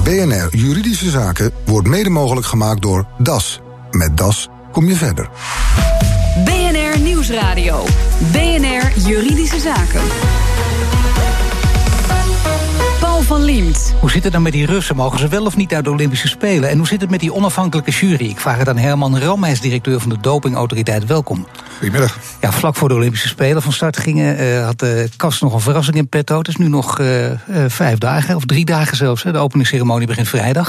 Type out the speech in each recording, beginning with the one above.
BNR Juridische Zaken wordt mede mogelijk gemaakt door DAS. Met DAS kom je verder. BNR Nieuwsradio. BNR Juridische Zaken. Paul van Liemt. Hoe zit het dan met die Russen? Mogen ze wel of niet uit de Olympische Spelen? En hoe zit het met die onafhankelijke jury? Ik vraag het aan Herman Ram, hij is directeur van de Dopingautoriteit. Welkom. Goedemiddag. Ja, vlak voor de Olympische Spelen van start gingen, had de KAS nog een verrassing in petto. Het is nu nog 5 dagen, of 3 dagen zelfs. De openingsceremonie begint vrijdag.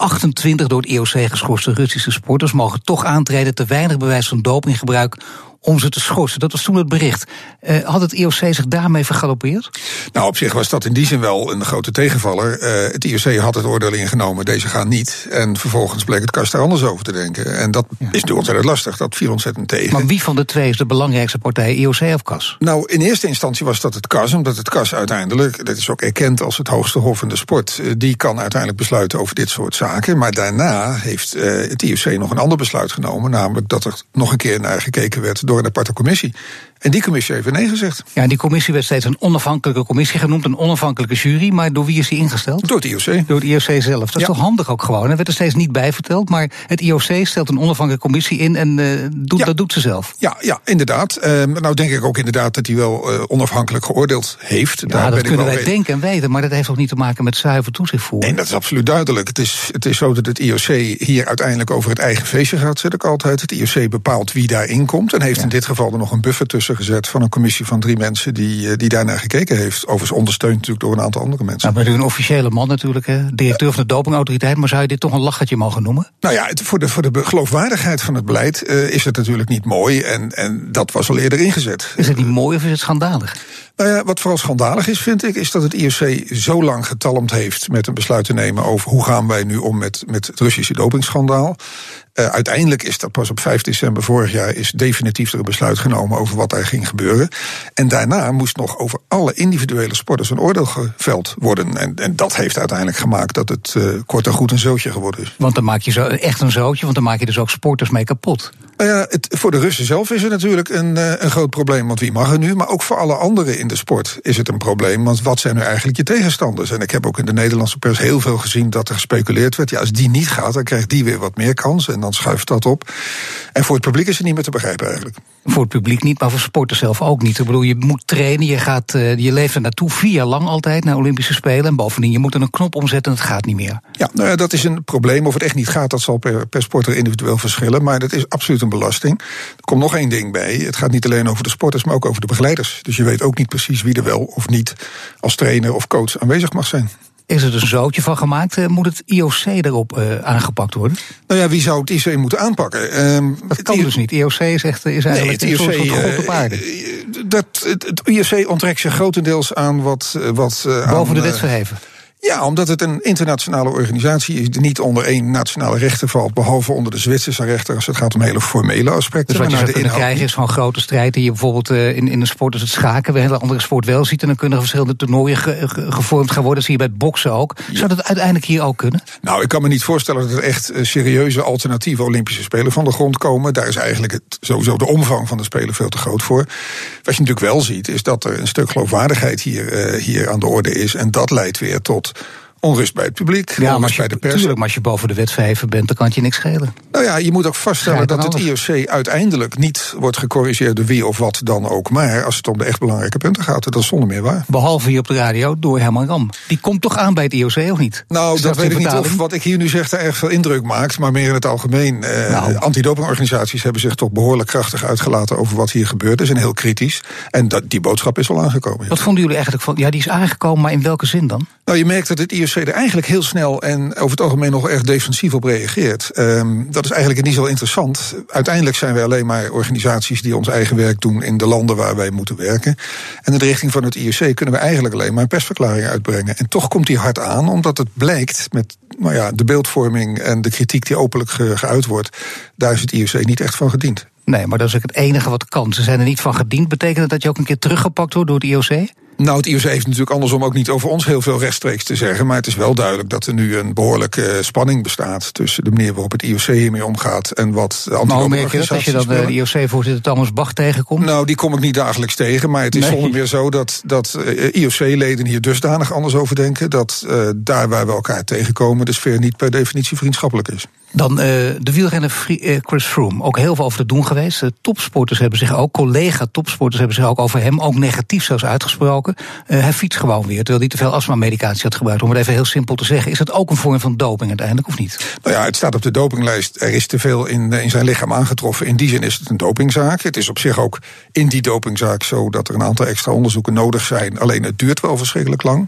28 door het IOC geschorste Russische sporters mogen toch aantreden. Te weinig bewijs van dopinggebruik om ze te schorsen. Dat was toen het bericht. Had het IOC zich daarmee vergalopeerd? Nou, op zich was dat in die zin wel een grote tegenvaller. Het IOC had het oordeel ingenomen, deze gaan niet. En vervolgens bleek het KAS daar anders over te denken. En dat is natuurlijk ontzettend lastig, dat viel ontzettend tegen. Maar wie van de twee is de belangrijkste partij, IOC of KAS? Nou, in eerste instantie was dat het KAS, omdat het KAS uiteindelijk, dat is ook erkend als het hoogste hof in de sport, die kan uiteindelijk besluiten over dit soort zaken. Maar daarna heeft het IOC nog een ander besluit genomen, namelijk dat er nog een keer naar gekeken werd door een aparte commissie. En die commissie heeft nee gezegd. Ja, en die commissie werd steeds een onafhankelijke commissie genoemd, een onafhankelijke jury. Maar door wie is die ingesteld? Door het IOC. Door het IOC zelf. Dat is toch handig ook gewoon. Er werd er steeds niet bij verteld, maar het IOC stelt een onafhankelijke commissie in en dat doet ze zelf. Ja, inderdaad. Nou denk ik ook inderdaad dat hij wel onafhankelijk geoordeeld heeft. Ja, daar dat kunnen wij denken en weten, maar dat heeft ook niet te maken met zuiver toezicht voeren. Nee, dat is absoluut duidelijk. Het is zo dat het IOC hier uiteindelijk over het eigen feestje gaat, zeg ik altijd. Het IOC bepaalt wie daarin komt en heeft in dit geval er nog een buffer tussen gezet van een commissie van 3 mensen die daarnaar gekeken heeft. Overigens ondersteund natuurlijk door een aantal andere mensen. Nou, bent u een officiële man natuurlijk, hè? Directeur van de Dopingautoriteit, maar zou je dit toch een lachertje mogen noemen? Nou ja, voor de geloofwaardigheid van het beleid is het natuurlijk niet mooi en dat was al eerder ingezet. Is het niet mooi of is het schandalig? Nou ja, wat vooral schandalig is, vind ik, is dat het IOC zo lang getalmd heeft met een besluit te nemen over hoe gaan wij nu om met het Russische dopingschandaal. Uiteindelijk is dat pas op 5 december vorig jaar is definitief er een besluit genomen over wat er ging gebeuren. En daarna moest nog over alle individuele sporters een oordeel geveld worden. En dat heeft uiteindelijk gemaakt dat het kort en goed een zootje geworden is. Want dan maak je echt een zootje, want dan maak je dus ook sporters mee kapot. Nou ja, voor de Russen zelf is het natuurlijk een groot probleem, want wie mag er nu? Maar ook voor alle anderen in de sport is het een probleem, want wat zijn nu eigenlijk je tegenstanders? En ik heb ook in de Nederlandse pers heel veel gezien dat er gespeculeerd werd. Ja, als die niet gaat, dan krijgt die weer wat meer kans en dan schuift dat op. En voor het publiek is het niet meer te begrijpen eigenlijk. Voor het publiek niet, maar voor sporters zelf ook niet. Ik bedoel, je moet trainen, je leeft er naartoe 4 jaar lang altijd naar Olympische Spelen. En bovendien, je moet er een knop omzetten en het gaat niet meer. Ja, nou ja, dat is een probleem. Of het echt niet gaat, dat zal per sporter individueel verschillen. Maar dat is absoluut een belasting. Er komt nog één ding bij. Het gaat niet alleen over de sporters, maar ook over de begeleiders. Dus je weet ook niet precies wie er wel of niet als trainer of coach aanwezig mag zijn. Is er dus een zootje van gemaakt? Moet het IOC daarop aangepakt worden? Nou ja, wie zou het IOC moeten aanpakken? Dat kan dus niet. IOC is eigenlijk een soort god op aarde. Het IOC onttrekt zich grotendeels aan wat boven de wet verheven. Ja, omdat het een internationale organisatie is die niet onder één nationale rechter valt, behalve onder de Zwitserse rechter als het gaat om hele formele aspecten. Dus wat je zou kunnen krijgen is gewoon grote strijd die je bijvoorbeeld in een sport als het schaken, bij een hele andere sport wel ziet, en dan kunnen er verschillende toernooien gevormd gaan worden. Dat zie je bij het boksen ook. Zou dat uiteindelijk hier ook kunnen? Nou, ik kan me niet voorstellen dat er echt serieuze alternatieve Olympische Spelen van de grond komen. Daar is eigenlijk sowieso de omvang van de Spelen veel te groot voor. Wat je natuurlijk wel ziet, is dat er een stuk geloofwaardigheid hier aan de orde is. En dat leidt weer tot onrust bij het publiek, ja, onrust bij de pers. Tuurlijk, maar als je boven de wet verheven bent, dan kan het je niks schelen. Nou ja, je moet ook vaststellen dat het IOC uiteindelijk niet wordt gecorrigeerd door wie of wat dan ook. Maar als het om de echt belangrijke punten gaat, dat is zonder meer waar. Behalve hier op de radio door Herman Ram. Die komt toch aan bij het IOC, of niet? Nou, dat weet ik niet of wat ik hier nu zeg daar erg veel indruk maakt. Maar meer in het algemeen. Antidopingorganisaties hebben zich toch behoorlijk krachtig uitgelaten over wat hier gebeurd is. En heel kritisch. En die boodschap is al aangekomen. Ja. Wat vonden jullie eigenlijk van? Ja, die is aangekomen, maar in welke zin dan? Nou, je merkt dat het IOC er eigenlijk heel snel en over het algemeen nog erg defensief op reageert. Dat is eigenlijk niet zo interessant. Uiteindelijk zijn wij alleen maar organisaties die ons eigen werk doen in de landen waar wij moeten werken. En in de richting van het IOC kunnen we eigenlijk alleen maar een persverklaring uitbrengen. En toch komt die hard aan, omdat het blijkt met de beeldvorming en de kritiek die openlijk geuit wordt, daar is het IOC niet echt van gediend. Nee, maar dat is ook het enige wat kan. Ze zijn er niet van gediend. Betekent dat je ook een keer teruggepakt wordt door het IOC? Nou, het IOC heeft natuurlijk andersom ook niet over ons heel veel rechtstreeks te zeggen. Maar het is wel duidelijk dat er nu een behoorlijke spanning bestaat tussen de manier waarop het IOC hiermee omgaat en wat de anti-dopingorganisaties. Maar hoe merk je dat als je dan de IOC-voorzitter Thomas Bach tegenkomt? Nou, die kom ik niet dagelijks tegen. Maar het is zonder meer zo dat IOC-leden hier dusdanig anders over denken, dat daar waar we elkaar tegenkomen de sfeer niet per definitie vriendschappelijk is. Dan de wielrenner Chris Froome. Ook heel veel over te doen geweest. Topsporters hebben zich ook, collega-topsporters hebben zich ook over hem, ook negatief zelfs uitgesproken. Hij fietst gewoon weer, terwijl hij te veel astma-medicatie had gebruikt. Om het even heel simpel te zeggen. Is dat ook een vorm van doping uiteindelijk, of niet? Nou ja, het staat op de dopinglijst. Er is te veel in zijn lichaam aangetroffen. In die zin is het een dopingzaak. Het is op zich ook in die dopingzaak zo dat er een aantal extra onderzoeken nodig zijn. Alleen het duurt wel verschrikkelijk lang.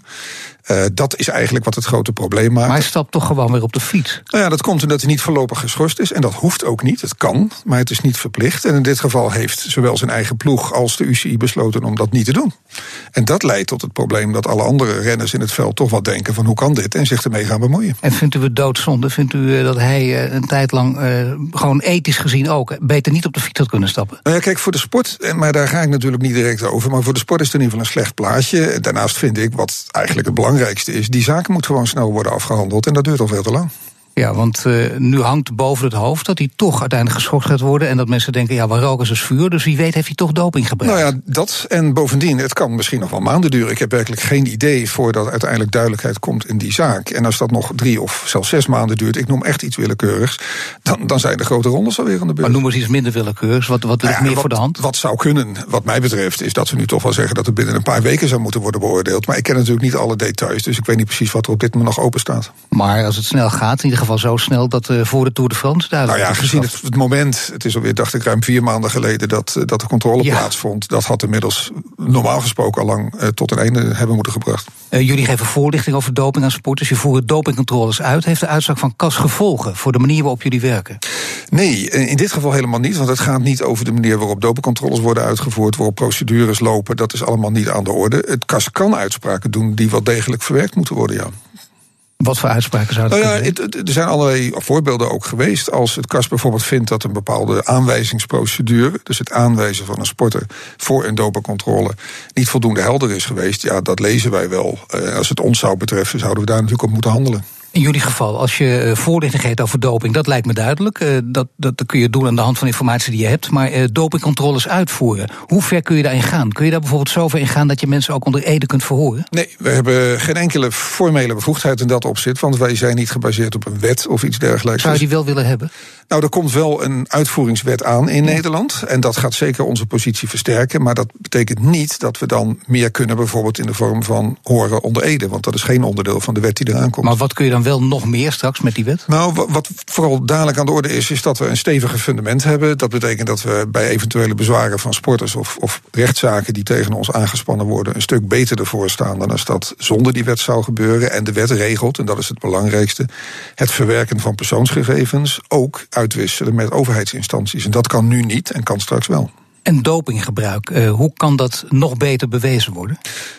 Dat is eigenlijk wat het grote probleem maakt. Maar hij stapt toch gewoon weer op de fiets? Nou ja, dat komt omdat hij niet voorlopig geschorst is. En dat hoeft ook niet. Het kan, maar het is niet verplicht. En in dit geval heeft zowel zijn eigen ploeg als de UCI besloten om dat niet te doen. En dat leidt tot het probleem dat alle andere renners in het veld toch wat denken van hoe kan dit? En zich ermee gaan bemoeien. En vindt u het doodzonde? Vindt u dat hij een tijd lang gewoon ethisch gezien ook beter niet op de fiets had kunnen stappen? Nou ja, kijk, voor de sport, maar daar ga ik natuurlijk niet direct over. Maar voor de sport is het in ieder geval een slecht plaatje. Daarnaast vind ik, wat eigenlijk het belangrijkste is, die zaken moeten gewoon snel worden afgehandeld. En dat duurt al veel te lang. Ja, want nu hangt boven het hoofd dat hij toch uiteindelijk geschorst gaat worden. En dat mensen denken, ja, waar rook is vuur. Dus wie weet heeft hij toch doping gebruikt. Nou ja, dat en bovendien, het kan misschien nog wel maanden duren. Ik heb werkelijk geen idee voordat uiteindelijk duidelijkheid komt in die zaak. En als dat nog 3 of zelfs 6 maanden duurt, ik noem echt iets willekeurigs, dan zijn de grote rondes alweer aan de beurt. Maar noem eens iets minder willekeurigs, wat ligt meer voor de hand? Wat zou kunnen, wat mij betreft, is dat we nu toch wel zeggen dat het binnen een paar weken zou moeten worden beoordeeld. Maar ik ken natuurlijk niet alle details, dus ik weet niet precies wat er op dit moment nog open staat. Maar als het snel gaat, in ieder geval zo snel dat voor de Tour de France duidelijk is. Nou ja, gezien het moment, het is alweer, dacht ik, ruim 4 maanden geleden dat de controle plaatsvond. Dat had inmiddels normaal gesproken al lang tot een einde hebben moeten gebracht. Jullie geven voorlichting over doping aan sporters. Je voert dopingcontroles uit. Heeft de uitslag van CAS gevolgen voor de manier waarop jullie werken? Nee, in dit geval helemaal niet. Want het gaat niet over de manier waarop dopingcontroles worden uitgevoerd, waarop procedures lopen. Dat is allemaal niet aan de orde. Het CAS kan uitspraken doen die wel degelijk verwerkt moeten worden, ja. Wat voor uitspraken zou dat kunnen zijn? Er zijn allerlei voorbeelden ook geweest. Als het CAS bijvoorbeeld vindt dat een bepaalde aanwijzingsprocedure, dus het aanwijzen van een sporter voor een dopingcontrole, niet voldoende helder is geweest, ja, dat lezen wij wel. Als het ons zou betreffen, zouden we daar natuurlijk op moeten handelen. In jullie geval, als je voorlichting geeft over doping, dat lijkt me duidelijk. Dat kun je doen aan de hand van informatie die je hebt. Maar dopingcontroles uitvoeren, hoe ver kun je daarin gaan? Kun je daar bijvoorbeeld zo ver in gaan dat je mensen ook onder ede kunt verhoren? Nee, we hebben geen enkele formele bevoegdheid in dat opzicht, want wij zijn niet gebaseerd op een wet of iets dergelijks. Zou je die wel willen hebben? Nou, er komt wel een uitvoeringswet aan in Nederland. En dat gaat zeker onze positie versterken. Maar dat betekent niet dat we dan meer kunnen, bijvoorbeeld in de vorm van horen onder ede. Want dat is geen onderdeel van de wet die eraan komt. Maar wat kun je dan wel nog meer straks met die wet? Nou, wat vooral dadelijk aan de orde is dat we een steviger fundament hebben. Dat betekent dat we bij eventuele bezwaren van sporters of rechtszaken die tegen ons aangespannen worden, een stuk beter ervoor staan dan als dat zonder die wet zou gebeuren. En de wet regelt, en dat is het belangrijkste, het verwerken van persoonsgegevens ook uitwisselen met overheidsinstanties. En dat kan nu niet en kan straks wel. En dopinggebruik, hoe kan dat nog beter bewezen worden?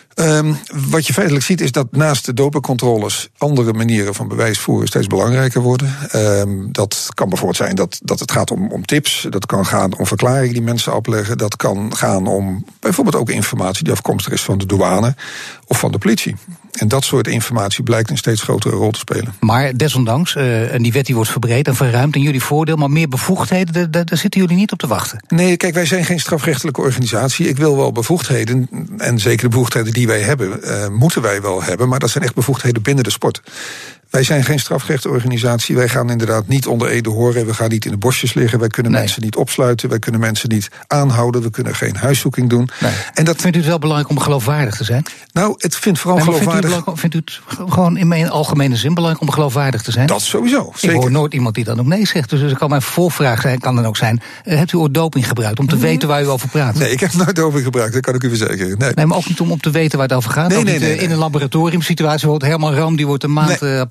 Wat je feitelijk ziet is dat naast de dopingcontroles andere manieren van bewijsvoeren steeds belangrijker worden. Dat kan bijvoorbeeld zijn dat het gaat om tips. Dat kan gaan om verklaringen die mensen afleggen. Dat kan gaan om bijvoorbeeld ook informatie die afkomstig is van de douane of van de politie. En dat soort informatie blijkt een steeds grotere rol te spelen. Maar desondanks, en die wet die wordt verbreed en verruimd in jullie voordeel, maar meer bevoegdheden, daar zitten jullie niet op te wachten. Nee, kijk, wij zijn geen strafrechtelijke organisatie. Ik wil wel bevoegdheden, en zeker de bevoegdheden die wij hebben, moeten wij wel hebben, maar dat zijn echt bevoegdheden binnen de sport. Wij zijn geen strafrechtenorganisatie. Wij gaan inderdaad niet onder ede horen. We gaan niet in de bosjes liggen. Wij kunnen mensen niet opsluiten. Wij kunnen mensen niet aanhouden. We kunnen geen huiszoeking doen. Nee. En dat vindt u het wel belangrijk om geloofwaardig te zijn? Nou, het vindt vooral geloofwaardig. Vindt u het gewoon in mijn algemene zin belangrijk om geloofwaardig te zijn? Dat sowieso, zeker. Ik hoor nooit iemand die dan ook nee zegt. Dus er kan mijn vervolgvraag zijn, kan dan ook zijn, hebt u ooit doping gebruikt om te weten waar u over praat? Nee, ik heb nooit doping gebruikt, dat kan ik u verzekeren. Nee, maar ook niet om te weten waar het over gaat? Nee. In een laboratoriumsituatie wordt Herman Ram, die wordt een maand apart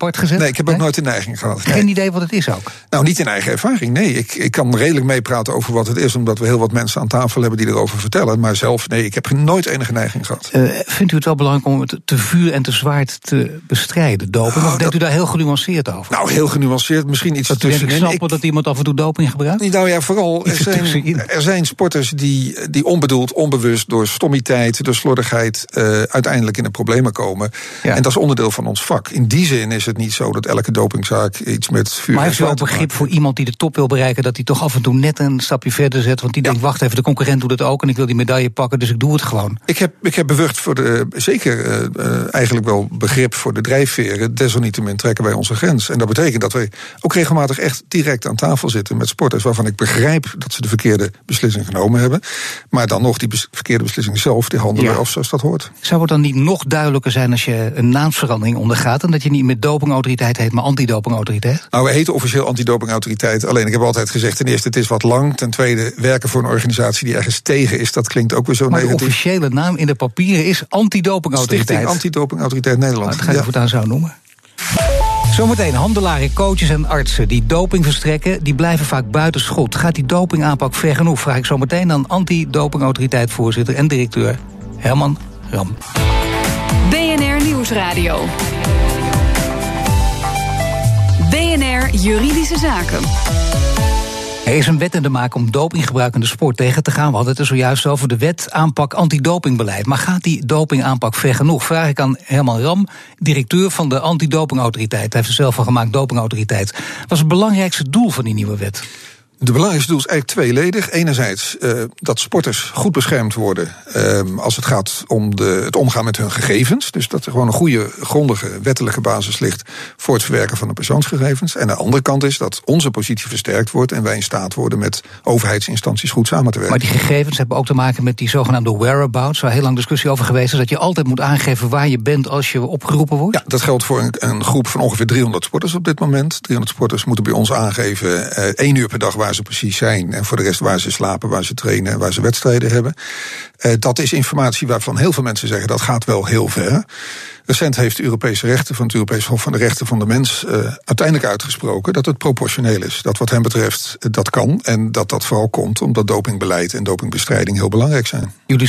apart gezet? Nee, ik heb ook nooit de neiging gehad. Geen idee wat het is ook? Nou, niet in eigen ervaring, nee. Ik kan redelijk meepraten over wat het is, omdat we heel wat mensen aan tafel hebben die erover vertellen. Maar zelf, nee, ik heb nooit enige neiging gehad. Vindt u het wel belangrijk om het te vuur en te zwaard te bestrijden, doping? Of denkt u daar heel genuanceerd over? Nou, heel genuanceerd, misschien iets tussenin. Ik snap dat iemand af en toe doping gebruikt? Nou ja, vooral, er zijn sporters die onbedoeld, onbewust, door stommiteit, door slordigheid, uiteindelijk in de problemen komen. Ja. En dat is onderdeel van ons vak. In die zin is het niet zo dat elke dopingzaak iets met vuur maar en zwaarte. Maar heeft u ook begrip voor iemand die de top wil bereiken, dat hij toch af en toe net een stapje verder zet? Want die denkt, wacht even, de concurrent doet het ook en ik wil die medaille pakken, dus ik doe het gewoon. Ik heb bewust eigenlijk wel begrip voor de drijfveren. Desalniettemin trekken wij onze grens. En dat betekent dat wij ook regelmatig echt direct aan tafel zitten met sporters waarvan ik begrijp dat ze de verkeerde beslissing genomen hebben. Maar dan nog die verkeerde beslissing zelf, die handelen of zoals dat hoort. Zou het dan niet nog duidelijker zijn als je een naamsverandering ondergaat en dat je niet meer dopingautoriteit heet, maar antidopingautoriteit? Nou, we heten officieel antidopingautoriteit. Alleen ik heb altijd gezegd, ten eerste, het is wat lang. Ten tweede, werken voor een organisatie die ergens tegen is, dat klinkt ook weer zo negatief. Maar de officiële naam in de papieren is antidopingautoriteit. Stichting Antidopingautoriteit Nederland. Dat ga je voortaan zo noemen. Zometeen handelaren, coaches en artsen die doping verstrekken, die blijven vaak buiten schot. Gaat die dopingaanpak ver genoeg? Vraag ik zometeen aan antidopingautoriteit voorzitter en directeur Herman Ram. BNR Nieuwsradio. BNR Juridische Zaken. Er is een wet in de maak om dopinggebruik in de sport tegen te gaan. We hadden het er zojuist over de wet aanpak antidopingbeleid. Maar gaat die dopingaanpak ver genoeg? Vraag ik aan Herman Ram, directeur van de antidopingautoriteit. Hij heeft er zelf van gemaakt, dopingautoriteit. Wat is het belangrijkste doel van die nieuwe wet? Het belangrijkste doel is eigenlijk tweeledig. Enerzijds dat sporters goed beschermd worden als het gaat om het omgaan met hun gegevens. Dus dat er gewoon een goede, grondige wettelijke basis ligt voor het verwerken van de persoonsgegevens. En de andere kant is dat onze positie versterkt wordt en wij in staat worden met overheidsinstanties goed samen te werken. Maar die gegevens hebben ook te maken met die zogenaamde whereabouts, waar heel lang discussie over geweest is, dat je altijd moet aangeven waar je bent als je opgeroepen wordt? Ja, dat geldt voor een groep van ongeveer 300 sporters op dit moment. 300 sporters moeten bij ons aangeven 1 uur per dag waar ze precies zijn. En voor de rest waar ze slapen, waar ze trainen en waar ze wedstrijden hebben. Dat is informatie waarvan heel veel mensen zeggen dat gaat wel heel ver. Recent heeft de Europese rechter van het Europees Hof van de Rechten van de Mens uiteindelijk uitgesproken dat het proportioneel is. Dat wat hem betreft dat kan en dat vooral komt omdat dopingbeleid en dopingbestrijding heel belangrijk zijn. Jullie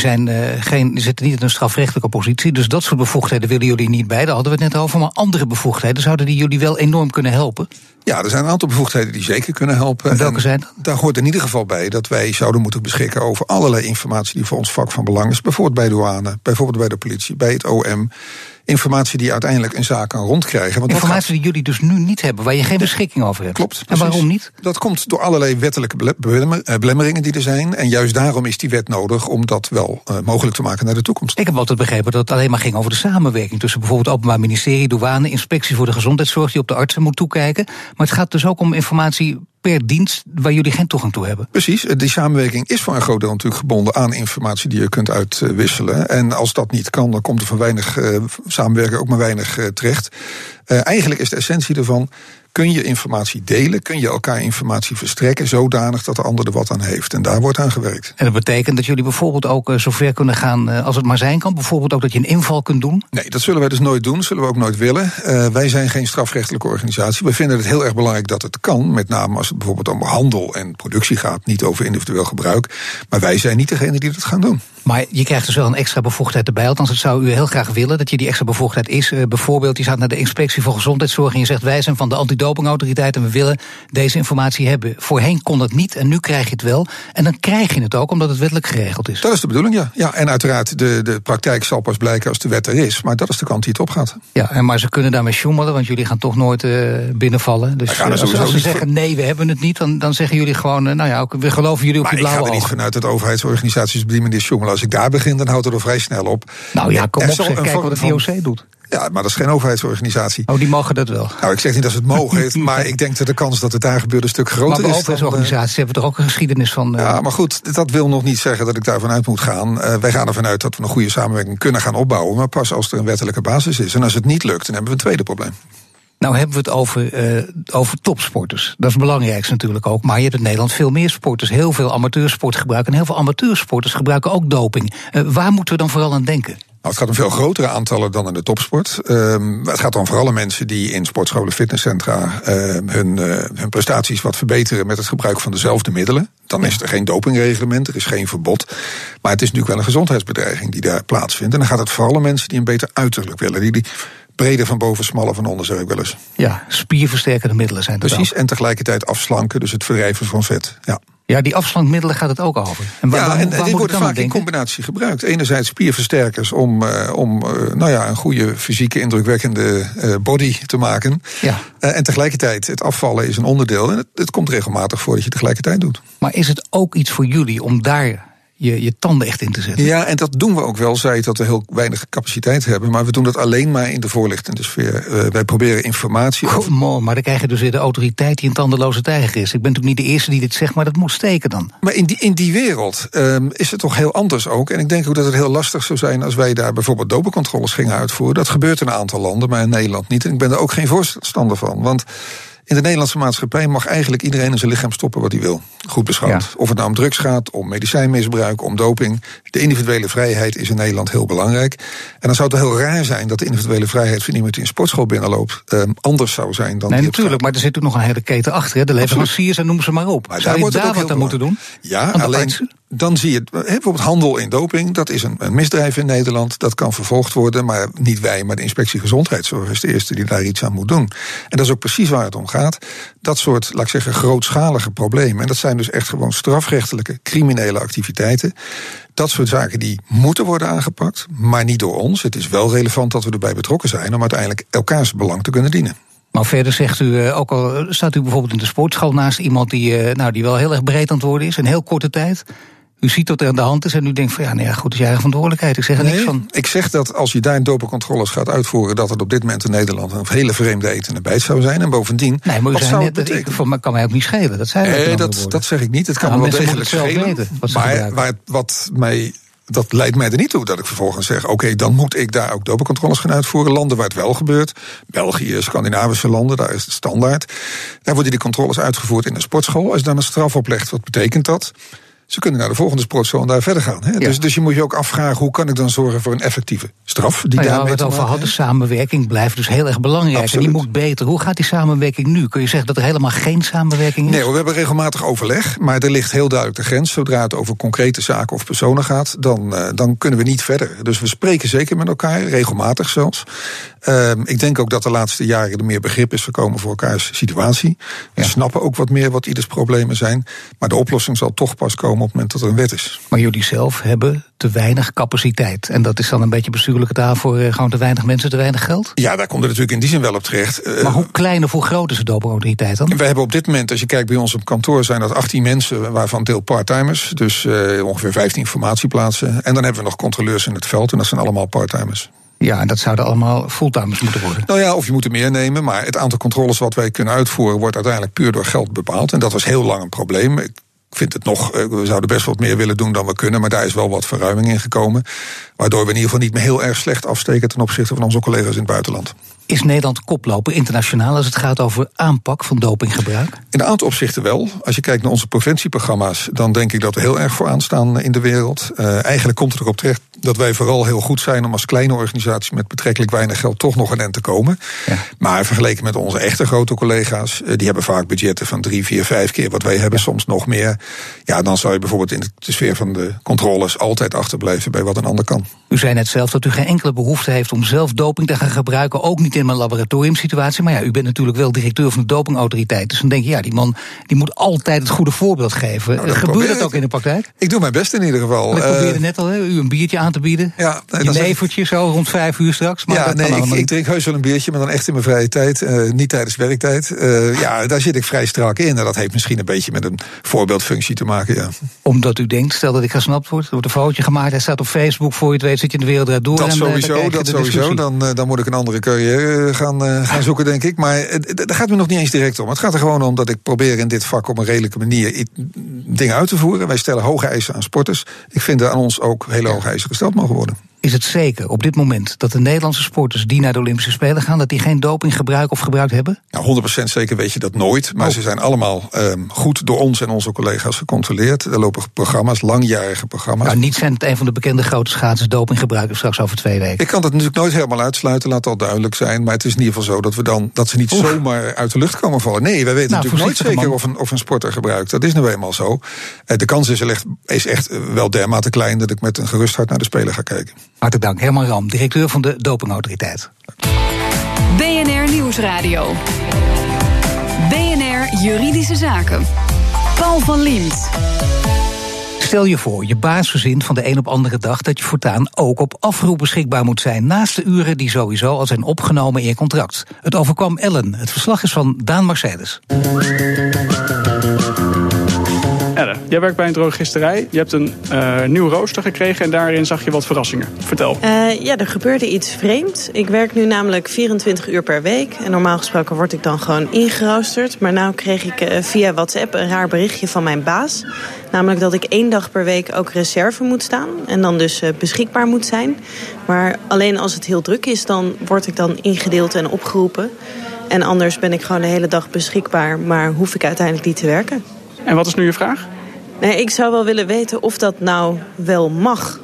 zitten niet in een strafrechtelijke positie, dus dat soort bevoegdheden willen jullie niet bij. Daar hadden we het net over, maar andere bevoegdheden, zouden die jullie wel enorm kunnen helpen? Ja, er zijn een aantal bevoegdheden die zeker kunnen helpen. En welke zijn dat? Daar hoort in ieder geval bij dat wij zouden moeten beschikken over allerlei informatie die voor ons vak van belang is. Bijvoorbeeld bij douane, bijvoorbeeld bij de politie, bij het OM. Informatie die uiteindelijk een zaak kan rondkrijgen. Want informatie die jullie dus nu niet hebben, waar je geen beschikking over hebt. Klopt. En waarom niet? Dat komt door allerlei wettelijke belemmeringen die er zijn. En juist daarom is die wet nodig om dat wel mogelijk te maken naar de toekomst. Ik heb altijd begrepen dat het alleen maar ging over de samenwerking tussen bijvoorbeeld het Openbaar Ministerie, douane, inspectie voor de gezondheidszorg die op de artsen moet toekijken. Maar het gaat dus ook om informatie per dienst waar jullie geen toegang toe hebben. Precies, die samenwerking is voor een groot deel natuurlijk gebonden aan informatie die je kunt uitwisselen. En als dat niet kan, dan komt er van weinig samenwerken ook maar weinig terecht. Eigenlijk is de essentie ervan, kun je informatie delen, kun je elkaar informatie verstrekken zodanig dat de ander er wat aan heeft. En daar wordt aan gewerkt. En dat betekent dat jullie bijvoorbeeld ook zover kunnen gaan als het maar zijn kan? Bijvoorbeeld ook dat je een inval kunt doen? Nee, dat zullen wij dus nooit doen, zullen we ook nooit willen. Wij zijn geen strafrechtelijke organisatie. We vinden het heel erg belangrijk dat het kan, met name als het bijvoorbeeld om handel en productie gaat, niet over individueel gebruik. Maar wij zijn niet degene die dat gaan doen. Maar je krijgt dus wel een extra bevoegdheid erbij. Althans, het zou u heel graag willen dat je die extra bevoegdheid is. Bijvoorbeeld, je gaat naar de inspectie voor gezondheidszorg en je zegt, wij zijn van de antidopingautoriteit en we willen deze informatie hebben. Voorheen kon dat niet en nu krijg je het wel. En dan krijg je het ook omdat het wettelijk geregeld is. Dat is de bedoeling, ja. En uiteraard, de praktijk zal pas blijken als de wet er is. Maar dat is de kant die het opgaat. Ja, maar ze kunnen daarmee sjoemelen, want jullie gaan toch nooit binnenvallen. Dus als ze zeggen, nee, we hebben het niet, dan zeggen jullie gewoon, we geloven jullie op je blauwe ogen. Maar ik ga er niet vanuit dat overheidsorganisaties op die manier sjoemelen. Als ik daar begin, dan houdt het er vrij snel op. Nou ja, kom op, kijk wat het IOC doet. Ja, maar dat is geen overheidsorganisatie. Oh, die mogen dat wel. Nou, ik zeg niet dat ze het mogen, maar ik denk dat de kans dat het daar gebeurt een stuk groter is. Maar overheidsorganisaties hebben er ook een geschiedenis van. Ja, maar goed, dat wil nog niet zeggen dat ik daarvan uit moet gaan. Wij gaan ervan uit dat we een goede samenwerking kunnen gaan opbouwen, maar pas als er een wettelijke basis is. En als het niet lukt, dan hebben we een tweede probleem. Nou hebben we het over topsporters. Dat is het belangrijkste natuurlijk ook. Maar je hebt in Nederland veel meer sporters. Heel veel amateursport gebruiken. En heel veel amateursporters gebruiken ook doping. Waar moeten we dan vooral aan denken? het gaat om veel grotere aantallen dan in de topsport. Het gaat om vooral mensen die in sportscholen, fitnesscentra hun prestaties wat verbeteren met het gebruik van dezelfde middelen. Dan is er geen dopingreglement, er is geen verbod. Maar het is natuurlijk wel een gezondheidsbedreiging die daar plaatsvindt. En dan gaat het vooral om mensen die een beter uiterlijk willen. Die breder van boven, smaller van onder, zeg ik wel eens. Ja, spierversterkende middelen zijn dat. Precies, ook. En tegelijkertijd afslanken, dus het verdrijven van vet. Ja, die afslankmiddelen gaat het ook over. En die worden vaak in combinatie gebruikt. Enerzijds spierversterkers om een goede fysieke indrukwekkende body te maken. Ja. En tegelijkertijd, het afvallen is een onderdeel. En het komt regelmatig voor dat je tegelijkertijd doet. Maar is het ook iets voor jullie om daar je tanden echt in te zetten? Ja, en dat doen we ook wel. Zei dat we heel weinig capaciteit hebben. Maar we doen dat alleen maar in de voorlichtende sfeer. Wij proberen informatie... Maar dan krijg je dus weer de autoriteit die een tandeloze tijger is. Ik ben natuurlijk niet de eerste die dit zegt, maar dat moet steken dan. Maar in die wereld is het toch heel anders ook. En ik denk ook dat het heel lastig zou zijn als wij daar bijvoorbeeld dopingcontroles gingen uitvoeren. Dat gebeurt in een aantal landen, maar in Nederland niet. En ik ben er ook geen voorstander van. Want in de Nederlandse maatschappij mag eigenlijk iedereen in zijn lichaam stoppen wat hij wil. Goed beschouwd. Ja. Of het nou om drugs gaat, om medicijnmisbruik, om doping. De individuele vrijheid is in Nederland heel belangrijk. En dan zou het heel raar zijn dat de individuele vrijheid van iemand die een sportschool binnenloopt anders zou zijn dan. Nee, natuurlijk, maar er zit ook nog een hele keten achter. Hè? De leveranciers en noem ze maar op. Maar zou je daar wat aan moeten doen? Ja, alleen dan zie je bijvoorbeeld handel in doping. Dat is een misdrijf in Nederland. Dat kan vervolgd worden, maar niet wij, maar de inspectie gezondheidszorg is de eerste die daar iets aan moet doen. En dat is ook precies waar het om gaat. Dat soort, laat ik zeggen, grootschalige problemen. En dat zijn dus echt gewoon strafrechtelijke, criminele activiteiten. Dat soort zaken die moeten worden aangepakt, maar niet door ons. Het is wel relevant dat we erbij betrokken zijn om uiteindelijk elkaars belang te kunnen dienen. Maar verder zegt u, ook al staat u bijvoorbeeld in de sportschool naast iemand die wel heel erg breed aan het worden is, in heel korte tijd. U ziet wat er aan de hand is en u denkt van goed, dat is je eigen verantwoordelijkheid. Ik zeg er niks van. Ik zeg dat als je daar dopingcontroles gaat uitvoeren, dat het op dit moment in Nederland een hele vreemde eten en bijt zou zijn. En bovendien, nee, maar u zei net, dat kan mij ook niet schelen. Dat zei dat zeg ik niet. Het kan me wel degelijk schelen. Dat leidt mij er niet toe dat ik vervolgens zeg, oké, dan moet ik daar ook dopingcontroles gaan uitvoeren. Landen waar het wel gebeurt, België, Scandinavische landen, daar is het standaard. Daar worden die controles uitgevoerd in een sportschool. Als je dan een straf oplegt, wat betekent dat? Ze kunnen naar de volgende sportschool en daar verder gaan. Hè? Ja. Dus je moet je ook afvragen, hoe kan ik dan zorgen voor een effectieve straf? Die waar we het over hadden, samenwerking blijft dus heel erg belangrijk. Absoluut. En die moet beter. Hoe gaat die samenwerking nu? Kun je zeggen dat er helemaal geen samenwerking is? Nee, we hebben regelmatig overleg, maar er ligt heel duidelijk de grens. Zodra het over concrete zaken of personen gaat, dan kunnen we niet verder. Dus we spreken zeker met elkaar, regelmatig zelfs. Ik denk ook dat de laatste jaren er meer begrip is gekomen voor elkaars situatie. We snappen ook wat meer wat ieders problemen zijn. Maar de oplossing zal toch pas komen op het moment dat er een wet is. Maar jullie zelf hebben te weinig capaciteit. En dat is dan een beetje bestuurlijke taal voor gewoon te weinig mensen, te weinig geld? Ja, daar komt er natuurlijk in die zin wel op terecht. Maar hoe klein of hoe groot is de dopingautoriteit dan? We hebben op dit moment, als je kijkt bij ons op kantoor, zijn dat 18 mensen, waarvan deel part-timers. Dus ongeveer 15 informatieplaatsen. En dan hebben we nog controleurs in het veld en dat zijn allemaal part-timers. Ja, en dat zouden allemaal fulltimers moeten worden. Nou ja, of je moet er meer nemen, maar het aantal controles wat wij kunnen uitvoeren wordt uiteindelijk puur door geld bepaald. En dat was heel lang een probleem. Ik vind het nog, we zouden best wat meer willen doen dan we kunnen, maar daar is wel wat verruiming in gekomen. Waardoor we in ieder geval niet meer heel erg slecht afsteken ten opzichte van onze collega's in het buitenland. Is Nederland koploper internationaal als het gaat over aanpak van dopinggebruik? In een aantal opzichten wel. Als je kijkt naar onze preventieprogramma's, dan denk ik dat we heel erg vooraan staan in de wereld. Eigenlijk komt het erop terecht dat wij vooral heel goed zijn om als kleine organisatie met betrekkelijk weinig geld toch nog een end te komen. Ja. Maar vergeleken met onze echte grote collega's, die hebben vaak budgetten van 3, 4, 5 keer wat wij hebben, soms nog meer. Ja, dan zou je bijvoorbeeld in de sfeer van de controles altijd achterblijven bij wat een ander kan. U zei net zelf dat u geen enkele behoefte heeft om zelf doping te gaan gebruiken, ook niet in mijn laboratoriumsituatie. Maar ja, u bent natuurlijk wel directeur van de dopingautoriteit. Dus dan denk je, die man die moet altijd het goede voorbeeld geven. Nou, gebeurt dat ook in de praktijk? Ik doe mijn best in ieder geval. Ik probeerde net al u een biertje aan te bieden. Ja, je levertje zo rond 5 uur straks. Maar ik drink heus wel een biertje, maar dan echt in mijn vrije tijd. Niet tijdens werktijd. Daar zit ik vrij strak in. En dat heeft misschien een beetje met een voorbeeldfunctie te maken, ja. Omdat u denkt, stel dat ik gesnapt word, er wordt een fotootje gemaakt, hij staat op Facebook, voor je het weet zit je in de wereld eruit door. Dat sowieso. Dan moet ik een andere carrière gaan zoeken, denk ik. Maar daar gaat me nog niet eens direct om. Het gaat er gewoon om dat ik probeer in dit vak op een redelijke manier dingen uit te voeren. Wij stellen hoge eisen aan sporters. Ik vind dat aan ons ook hele hoge eisen gesteld mogen worden. is het zeker op dit moment dat de Nederlandse sporters die naar de Olympische Spelen gaan, dat die geen doping gebruiken of gebruikt hebben? Nou, 100% zeker weet je dat nooit. Maar ze zijn allemaal goed door ons en onze collega's gecontroleerd. Er lopen programma's, langjarige programma's. Nou, niet zijn het een van de bekende grote schaatsers dopinggebruikers straks over 2 weken. Ik kan dat natuurlijk nooit helemaal uitsluiten, laat dat duidelijk zijn. Maar het is in ieder geval zo dat ze niet zomaar uit de lucht komen vallen. Nee, wij weten natuurlijk nooit zeker of een sporter gebruikt. Dat is nou eenmaal zo. De kans is echt wel dermate klein dat ik met een gerust hart naar de Spelen ga kijken. Hartelijk dank, Herman Ram, directeur van de Dopingautoriteit. BNR Nieuwsradio. BNR Juridische Zaken. Paul van Liemt. Stel je voor, je baas verzint van de een op andere dag dat je voortaan ook op afroep beschikbaar moet zijn, naast de uren die sowieso al zijn opgenomen in je contract. Het overkwam Ellen. Het verslag is van Daan Mercedes. Elle, jij werkt bij een drogisterij. Je hebt een nieuw rooster gekregen en daarin zag je wat verrassingen. Vertel. Ja, er gebeurde iets vreemds. Ik werk nu namelijk 24 uur per week. En normaal gesproken word ik dan gewoon ingeroosterd. Maar nou kreeg ik via WhatsApp een raar berichtje van mijn baas. Namelijk dat ik 1 dag per week ook reserve moet staan. En dan dus beschikbaar moet zijn. Maar alleen als het heel druk is, dan word ik dan ingedeeld en opgeroepen. En anders ben ik gewoon de hele dag beschikbaar. Maar hoef ik uiteindelijk niet te werken. En wat is nu je vraag? Nee, ik zou wel willen weten of dat nou wel mag.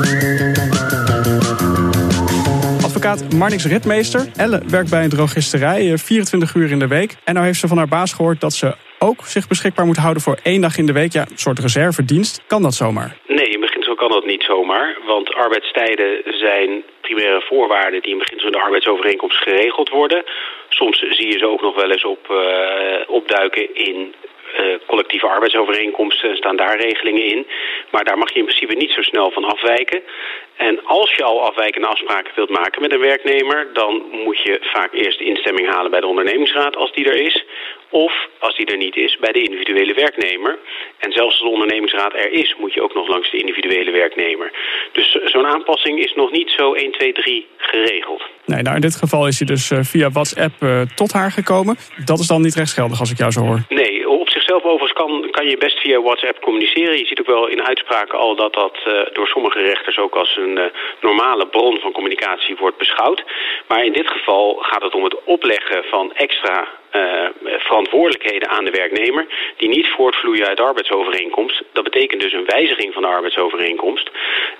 Advocaat Marnix Ritmeester. Elle werkt bij een drogisterij 24 uur in de week. En nou heeft ze van haar baas gehoord dat ze ook zich beschikbaar moet houden voor 1 dag in de week. Ja, een soort reservedienst. Kan dat zomaar? Nee, in beginsel kan dat niet zomaar. Want arbeidstijden zijn primaire voorwaarden die in beginsel in de arbeidsovereenkomst geregeld worden. Soms zie je ze ook nog wel eens opduiken in collectieve arbeidsovereenkomsten, staan daar regelingen in. Maar daar mag je in principe niet zo snel van afwijken. En als je al afwijkende afspraken wilt maken met een werknemer, dan moet je vaak eerst instemming halen bij de ondernemingsraad als die er is. Of, als die er niet is, bij de individuele werknemer. En zelfs als de ondernemingsraad er is, moet je ook nog langs de individuele werknemer. Dus zo'n aanpassing is nog niet zo 1, 2, 3 geregeld. Nee, nou in dit geval is hij dus via WhatsApp tot haar gekomen. Dat is dan niet rechtsgeldig als ik jou zo hoor. Nee, op zichzelf overigens kan je best via WhatsApp communiceren. Je ziet ook wel in uitspraken al dat door sommige rechters ook als een normale bron van communicatie wordt beschouwd. Maar in dit geval gaat het om het opleggen van extra verantwoordelijkheden aan de werknemer die niet voortvloeien uit de arbeidsovereenkomst. Dat betekent dus een wijziging van de arbeidsovereenkomst.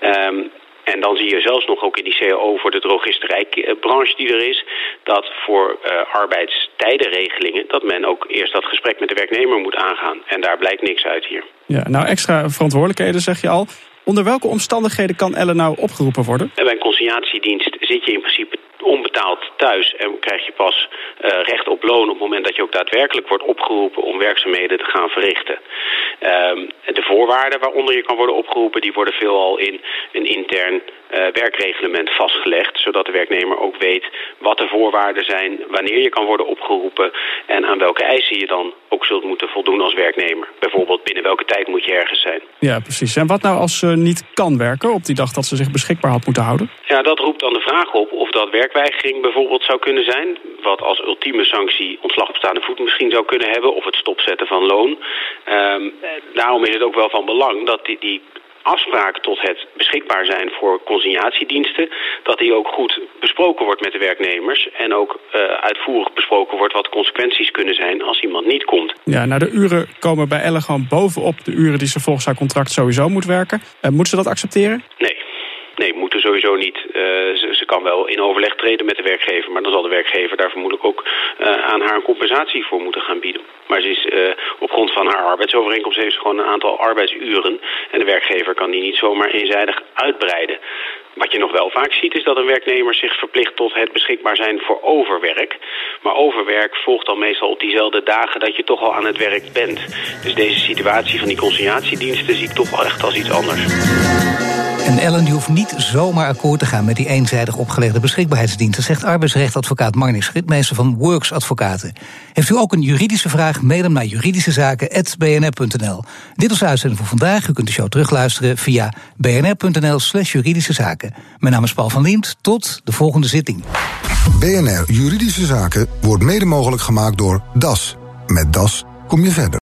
En dan zie je zelfs nog ook in die CAO voor de drogisterijbranche die er is, dat voor arbeidstijdenregelingen, dat men ook eerst dat gesprek met de werknemer moet aangaan. En daar blijkt niks uit hier. Ja, nou extra verantwoordelijkheden zeg je al. Onder welke omstandigheden kan Elle nou opgeroepen worden? En bij een conciliatiedienst zit je in principe onbetaald thuis en krijg je pas recht op loon op het moment dat je ook daadwerkelijk wordt opgeroepen om werkzaamheden te gaan verrichten. De voorwaarden waaronder je kan worden opgeroepen, die worden veelal in een intern werkreglement vastgelegd, zodat de werknemer ook weet wat de voorwaarden zijn, wanneer je kan worden opgeroepen en aan welke eisen je dan ook zult moeten voldoen als werknemer. Bijvoorbeeld binnen welke tijd moet je ergens zijn. Ja, precies. En wat nou als ze niet kan werken op die dag dat ze zich beschikbaar had moeten houden? Ja, dat roept dan de vraag op of dat werkweigering bijvoorbeeld zou kunnen zijn, wat als ultieme sanctie ontslag op staande voet misschien zou kunnen hebben, of het stopzetten van loon. Daarom is het ook wel van belang dat die afspraak tot het beschikbaar zijn voor conciliatiediensten, dat die ook goed besproken wordt met de werknemers en ook uitvoerig besproken wordt wat de consequenties kunnen zijn als iemand niet komt. Ja, nou de uren komen bij Elle gewoon bovenop de uren die ze volgens haar contract sowieso moet werken. Moet ze dat accepteren? Nee, moeten sowieso niet. Ze kan wel in overleg treden met de werkgever, maar dan zal de werkgever daar vermoedelijk ook aan haar een compensatie voor moeten gaan bieden. Maar ze is op grond van haar arbeidsovereenkomst heeft ze gewoon een aantal arbeidsuren en de werkgever kan die niet zomaar eenzijdig uitbreiden. Wat je nog wel vaak ziet is dat een werknemer zich verplicht tot het beschikbaar zijn voor overwerk. Maar overwerk volgt dan meestal op diezelfde dagen dat je toch al aan het werk bent. Dus deze situatie van die conciliatiediensten zie ik toch wel echt als iets anders. En Ellen die hoeft niet zomaar akkoord te gaan met die eenzijdig opgelegde beschikbaarheidsdiensten, zegt arbeidsrechtadvocaat Marnix Ritmeester van Works Advocaten. Heeft u ook een juridische vraag? Mail hem naar juridischezaken@bnr.nl. Dit was de uitzending voor vandaag. U kunt de show terugluisteren via bnr.nl/juridische zaken. Mijn naam is Paul van Liemt. Tot de volgende zitting. BNR Juridische Zaken wordt mede mogelijk gemaakt door DAS. Met DAS kom je verder.